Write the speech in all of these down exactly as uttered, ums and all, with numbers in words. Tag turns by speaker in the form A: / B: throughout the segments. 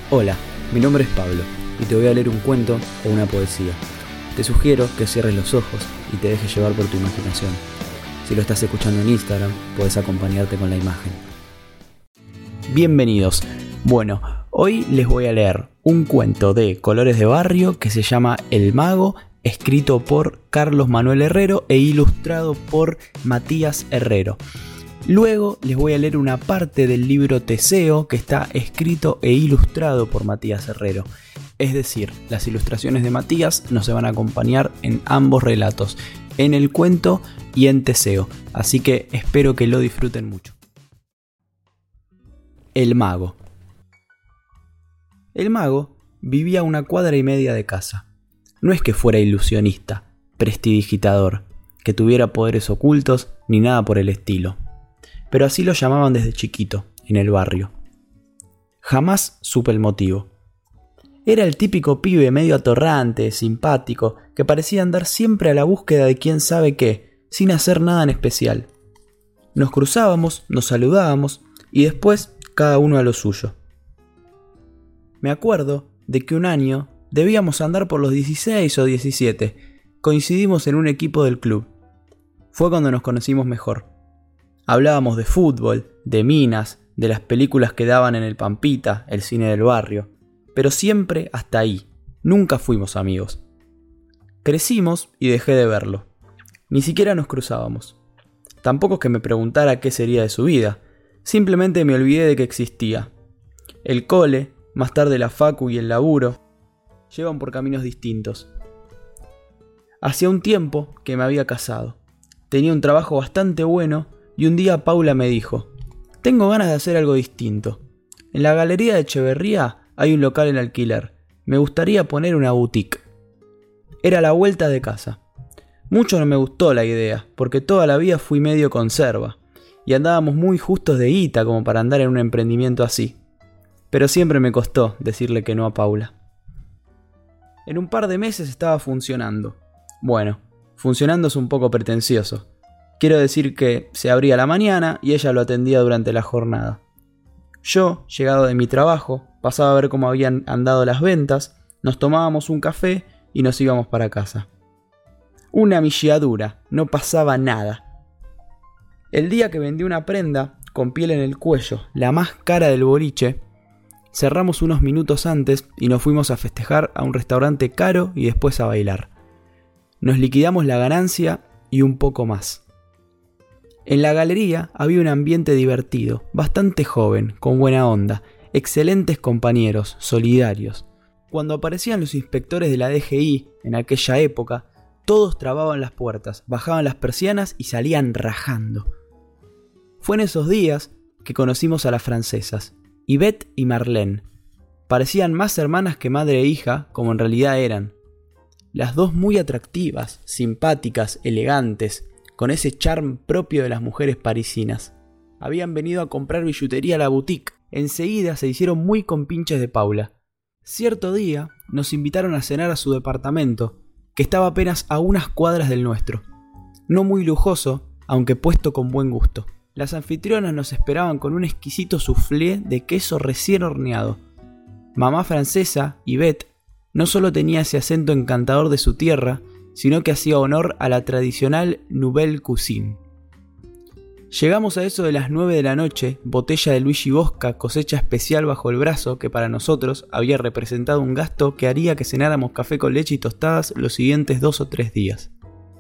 A: Hola, mi nombre es Pablo y te voy a leer un cuento o una poesía. Te sugiero que cierres los ojos y te dejes llevar por tu imaginación. Si lo estás escuchando en Instagram, puedes acompañarte con la imagen. Bienvenidos. Bueno, hoy les voy a leer un cuento de Colores de Barrio que se llama El Mago, escrito por Carlos Manuel Herrero e ilustrado por Matías Herrero. Luego les voy a leer una parte del libro Teseo que está escrito e ilustrado por Matías Herrero. Es decir, las ilustraciones de Matías nos van a acompañar en ambos relatos, en el cuento y en Teseo. Así que espero que lo disfruten mucho. El Mago. El mago vivía a una cuadra y media de casa. No es que fuera ilusionista, prestidigitador, que tuviera poderes ocultos ni nada por el estilo. Pero así lo llamaban desde chiquito, en el barrio. Jamás supe el motivo. Era el típico pibe medio atorrante, simpático, que parecía andar siempre a la búsqueda de quién sabe qué, sin hacer nada en especial. Nos cruzábamos, nos saludábamos, y después cada uno a lo suyo. Me acuerdo de que un año debíamos andar por los dieciséis o diecisiete, coincidimos en un equipo del club. Fue cuando nos conocimos mejor. Hablábamos de fútbol, de minas, de las películas que daban en el Pampita, el cine del barrio, pero siempre hasta ahí, nunca fuimos amigos. Crecimos y dejé de verlo. Ni siquiera nos cruzábamos. Tampoco es que me preguntara qué sería de su vida, simplemente me olvidé de que existía. El cole, más tarde la facu y el laburo, llevan por caminos distintos. Hacía un tiempo que me había casado. Tenía un trabajo bastante bueno y un día Paula me dijo: tengo ganas de hacer algo distinto. En la galería de Echeverría hay un local en alquiler. Me gustaría poner una boutique. Era la vuelta de casa. Mucho no me gustó la idea, porque toda la vida fui medio conserva, y andábamos muy justos de guita como para andar en un emprendimiento así. Pero siempre me costó decirle que no a Paula. En un par de meses estaba funcionando. Bueno, funcionando es un poco pretencioso. Quiero decir que se abría a la mañana y ella lo atendía durante la jornada. Yo, llegado de mi trabajo, pasaba a ver cómo habían andado las ventas, nos tomábamos un café y nos íbamos para casa. Una milladura, no pasaba nada. El día que vendí una prenda, con piel en el cuello, la más cara del boliche, cerramos unos minutos antes y nos fuimos a festejar a un restaurante caro y después a bailar. Nos liquidamos la ganancia y un poco más. En la galería había un ambiente divertido, bastante joven, con buena onda, excelentes compañeros, solidarios. Cuando aparecían los inspectores de la D G I, en aquella época, todos trababan las puertas, bajaban las persianas y salían rajando. Fue en esos días que conocimos a las francesas, Yvette y Marlene. Parecían más hermanas que madre e hija, como en realidad eran. Las dos muy atractivas, simpáticas, elegantes, con ese charm propio de las mujeres parisinas. Habían venido a comprar billutería a la boutique. Enseguida se hicieron muy compinches de Paula. Cierto día nos invitaron a cenar a su departamento, que estaba apenas a unas cuadras del nuestro. No muy lujoso, aunque puesto con buen gusto. Las anfitrionas nos esperaban con un exquisito soufflé de queso recién horneado. Mamá francesa, Yvette, no solo tenía ese acento encantador de su tierra, sino que hacía honor a la tradicional Nouvelle Cuisine. Llegamos a eso de las nueve de la noche, botella de Luigi Bosca, cosecha especial bajo el brazo, que para nosotros había representado un gasto que haría que cenáramos café con leche y tostadas los siguientes dos o tres días.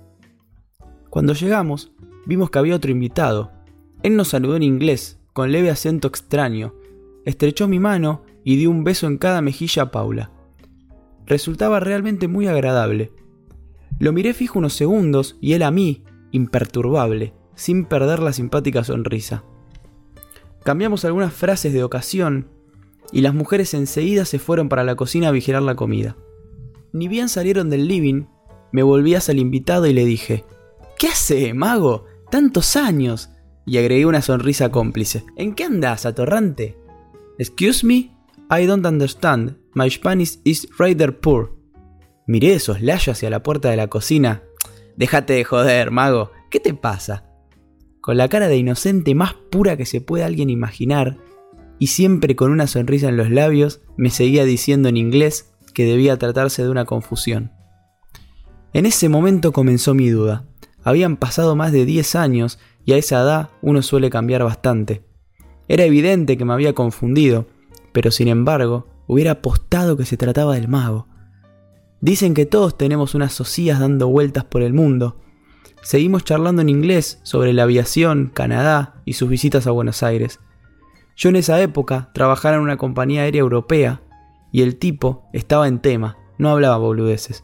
A: Cuando llegamos, vimos que había otro invitado. Él nos saludó en inglés, con leve acento extraño, estrechó mi mano y dio un beso en cada mejilla a Paula. Resultaba realmente muy agradable. Lo miré fijo unos segundos y él a mí, imperturbable, sin perder la simpática sonrisa. Cambiamos algunas frases de ocasión y las mujeres enseguida se fueron para la cocina a vigilar la comida. Ni bien salieron del living, me volví hacia el invitado y le dije: ¿qué hace, mago? ¡Tantos años! Y agregué una sonrisa cómplice. ¿En qué andás, atorrante? Excuse me, I don't understand. My Spanish is rather poor. Miré de soslayo hacia la puerta de la cocina. Déjate de joder, mago. ¿Qué te pasa? Con la cara de inocente más pura que se puede alguien imaginar, y siempre con una sonrisa en los labios me seguía diciendo en inglés que debía tratarse de una confusión. En ese momento comenzó mi duda. Habían pasado más de diez años y a esa edad uno suele cambiar bastante. Era evidente que me había confundido, pero sin embargo hubiera apostado que se trataba del mago. Dicen que todos tenemos unas socias dando vueltas por el mundo. Seguimos charlando en inglés sobre la aviación, Canadá y sus visitas a Buenos Aires. Yo en esa época trabajaba en una compañía aérea europea y el tipo estaba en tema, no hablaba boludeces.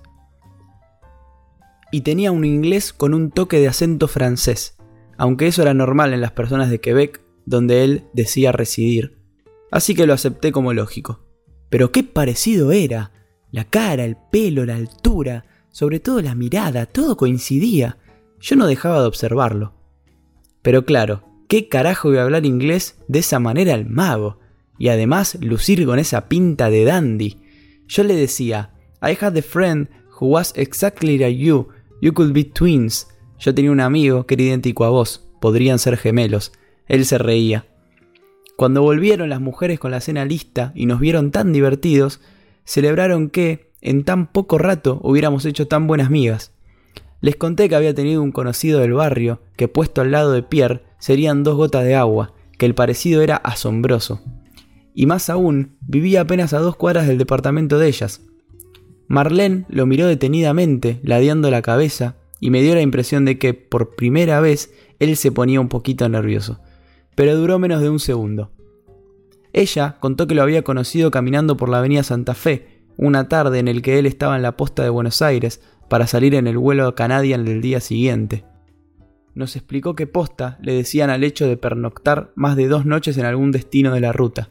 A: Y tenía un inglés con un toque de acento francés, aunque eso era normal en las personas de Quebec, donde él decía residir. Así que lo acepté como lógico. Pero qué parecido era. La cara, el pelo, la altura, sobre todo la mirada, todo coincidía. Yo no dejaba de observarlo. Pero claro, ¿qué carajo iba a hablar inglés de esa manera al mago? Y además lucir con esa pinta de dandy. Yo le decía, I had a friend who was exactly like you, you could be twins. Yo tenía un amigo que era idéntico a vos, podrían ser gemelos. Él se reía. Cuando volvieron las mujeres con la cena lista y nos vieron tan divertidos, celebraron que, en tan poco rato, hubiéramos hecho tan buenas migas. Les conté que había tenido un conocido del barrio, que puesto al lado de Pierre serían dos gotas de agua, que el parecido era asombroso. Y más aún, vivía apenas a dos cuadras del departamento de ellas. Marlene lo miró detenidamente, ladeando la cabeza, y me dio la impresión de que, por primera vez, él se ponía un poquito nervioso. Pero duró menos de un segundo. Ella contó que lo había conocido caminando por la avenida Santa Fe, una tarde en el que él estaba en la posta de Buenos Aires, para salir en el vuelo Canadian del día siguiente. Nos explicó que posta le decían al hecho de pernoctar más de dos noches en algún destino de la ruta.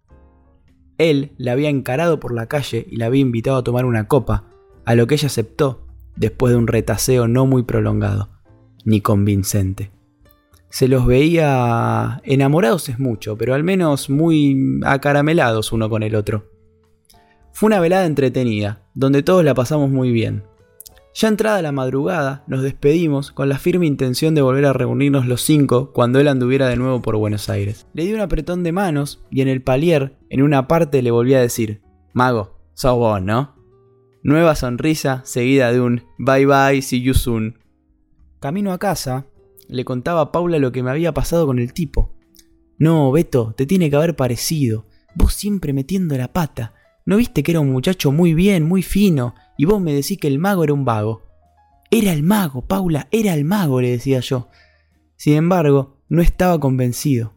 A: Él la había encarado por la calle y la había invitado a tomar una copa, a lo que ella aceptó, después de un retaseo no muy prolongado, ni convincente. Se los veía enamorados es mucho, pero al menos muy acaramelados uno con el otro. Fue una velada entretenida, donde todos la pasamos muy bien. Ya entrada la madrugada, nos despedimos con la firme intención de volver a reunirnos los cinco cuando él anduviera de nuevo por Buenos Aires. Le di un apretón de manos y en el palier, en una parte, le volví a decir: Mago, sos vos, ¿no? Nueva sonrisa seguida de un bye bye, see you soon. Camino a casa, le contaba a Paula lo que me había pasado con el tipo. No, Beto, te tiene que haber parecido. Vos siempre metiendo la pata. ¿No viste que era un muchacho muy bien, muy fino? Y vos me decís que el mago era un vago. Era el mago, Paula, era el mago, le decía yo. Sin embargo, no estaba convencido.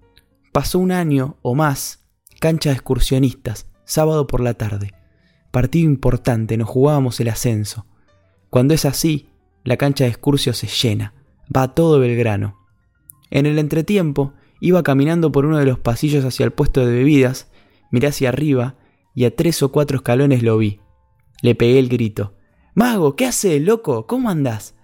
A: Pasó un año o más, cancha de excursionistas, sábado por la tarde. Partido importante, nos jugábamos el ascenso. Cuando es así, la cancha de excursio se llena. Va todo Belgrano. En el entretiempo, iba caminando por uno de los pasillos hacia el puesto de bebidas, miré hacia arriba y a tres o cuatro escalones lo vi. Le pegué el grito. «Mago, ¿qué haces, loco? ¿Cómo andás?»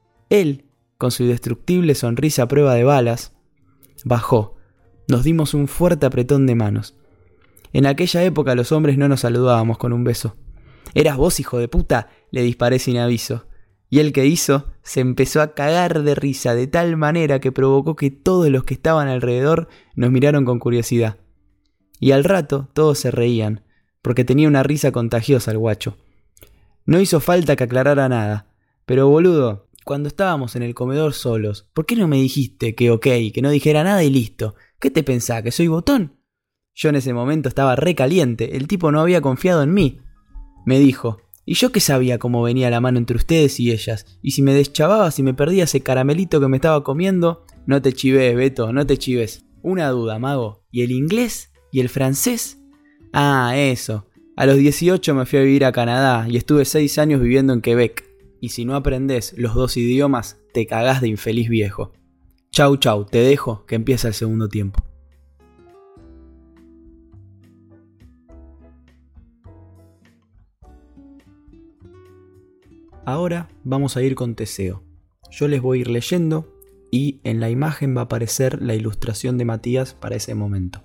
A: Él, con su indestructible sonrisa a prueba de balas, bajó. Nos dimos un fuerte apretón de manos. En aquella época los hombres no nos saludábamos con un beso. «¿Eras vos, hijo de puta?», le disparé sin aviso. Y él que hizo, se empezó a cagar de risa de tal manera que provocó que todos los que estaban alrededor nos miraron con curiosidad. Y al rato todos se reían, porque tenía una risa contagiosa el guacho. No hizo falta que aclarara nada, pero boludo, cuando estábamos en el comedor solos, ¿por qué no me dijiste que ok, que no dijera nada y listo? ¿Qué te pensás, que soy botón? Yo en ese momento estaba re caliente, el tipo no había confiado en mí. Me dijo, ¿y yo qué sabía cómo venía la mano entre ustedes y ellas? Y si me deschavaba, si me perdía ese caramelito que me estaba comiendo, no te chives, Beto, no te chives. Una duda, mago, ¿y el inglés? ¿Y el francés? Ah, eso. A los dieciocho me fui a vivir a Canadá y estuve seis años viviendo en Quebec. Y si no aprendés los dos idiomas, te cagás de infeliz viejo. Chau chau, te dejo que empieza el segundo tiempo. Ahora vamos a ir con Teseo. Yo les voy a ir leyendo y en la imagen va a aparecer la ilustración de Matías para ese momento.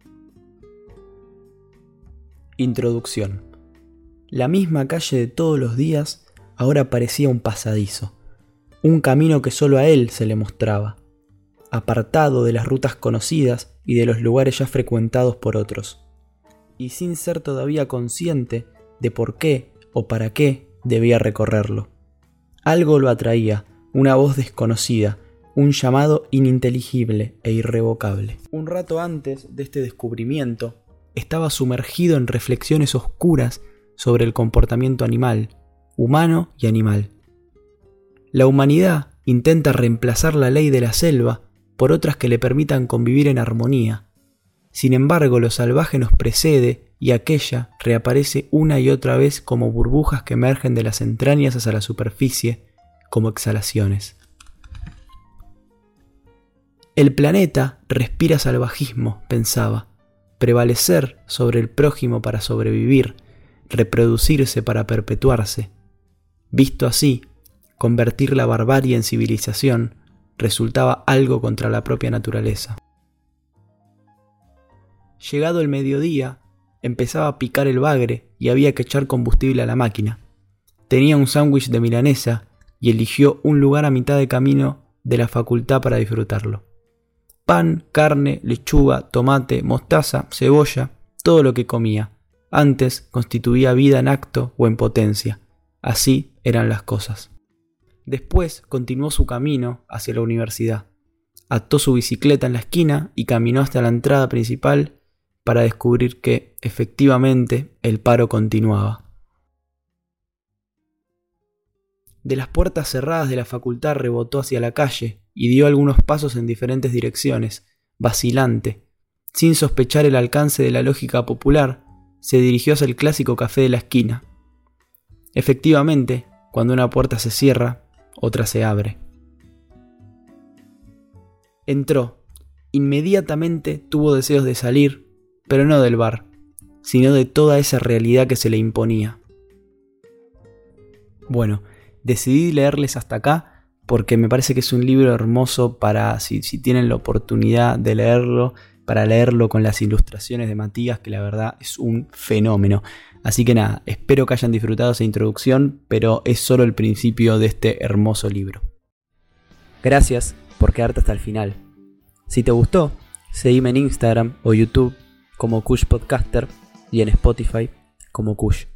A: Introducción. La misma calle de todos los días ahora parecía un pasadizo, un camino que solo a él se le mostraba. apartado de las rutas conocidas y de los lugares ya frecuentados por otros, y sin ser todavía consciente de por qué o para qué debía recorrerlo. Algo lo atraía, una voz desconocida, un llamado ininteligible e irrevocable. Un rato antes de este descubrimiento, estaba sumergido en reflexiones oscuras sobre el comportamiento animal, humano y animal. La humanidad intenta reemplazar la ley de la selva por otras que le permitan convivir en armonía. Sin embargo, lo salvaje nos precede y aquella reaparece una y otra vez como burbujas que emergen de las entrañas hacia la superficie, como exhalaciones. El planeta respira salvajismo, pensaba. Prevalecer sobre el prójimo para sobrevivir, reproducirse para perpetuarse. Visto así, convertir la barbarie en civilización resultaba algo contra la propia naturaleza. Llegado el mediodía, empezaba a picar el bagre y había que echar combustible a la máquina. Tenía un sándwich de milanesa y eligió un lugar a mitad de camino de la facultad para disfrutarlo. Pan, carne, lechuga, tomate, mostaza, cebolla, todo lo que comía. Antes constituía vida en acto o en potencia. Así eran las cosas. Después continuó su camino hacia la universidad. Ató su bicicleta en la esquina y caminó hasta la entrada principal para descubrir que, efectivamente, el paro continuaba. De las puertas cerradas de la facultad rebotó hacia la calle y dio algunos pasos en diferentes direcciones, vacilante. Sin sospechar el alcance de la lógica popular, se dirigió hacia el clásico café de la esquina. Efectivamente, cuando una puerta se cierra, otra se abre. Entró. Inmediatamente tuvo deseos de salir, pero no del bar, sino de toda esa realidad que se le imponía. Bueno, decidí leerles hasta acá porque me parece que es un libro hermoso para, si, si tienen la oportunidad de leerlo, para leerlo con las ilustraciones de Matías, que la verdad es un fenómeno. Así que nada, espero que hayan disfrutado esa introducción, pero es solo el principio de este hermoso libro. Gracias por quedarte hasta el final. Si te gustó, seguime en Instagram o YouTube como Kush Podcaster y en Spotify como Kush.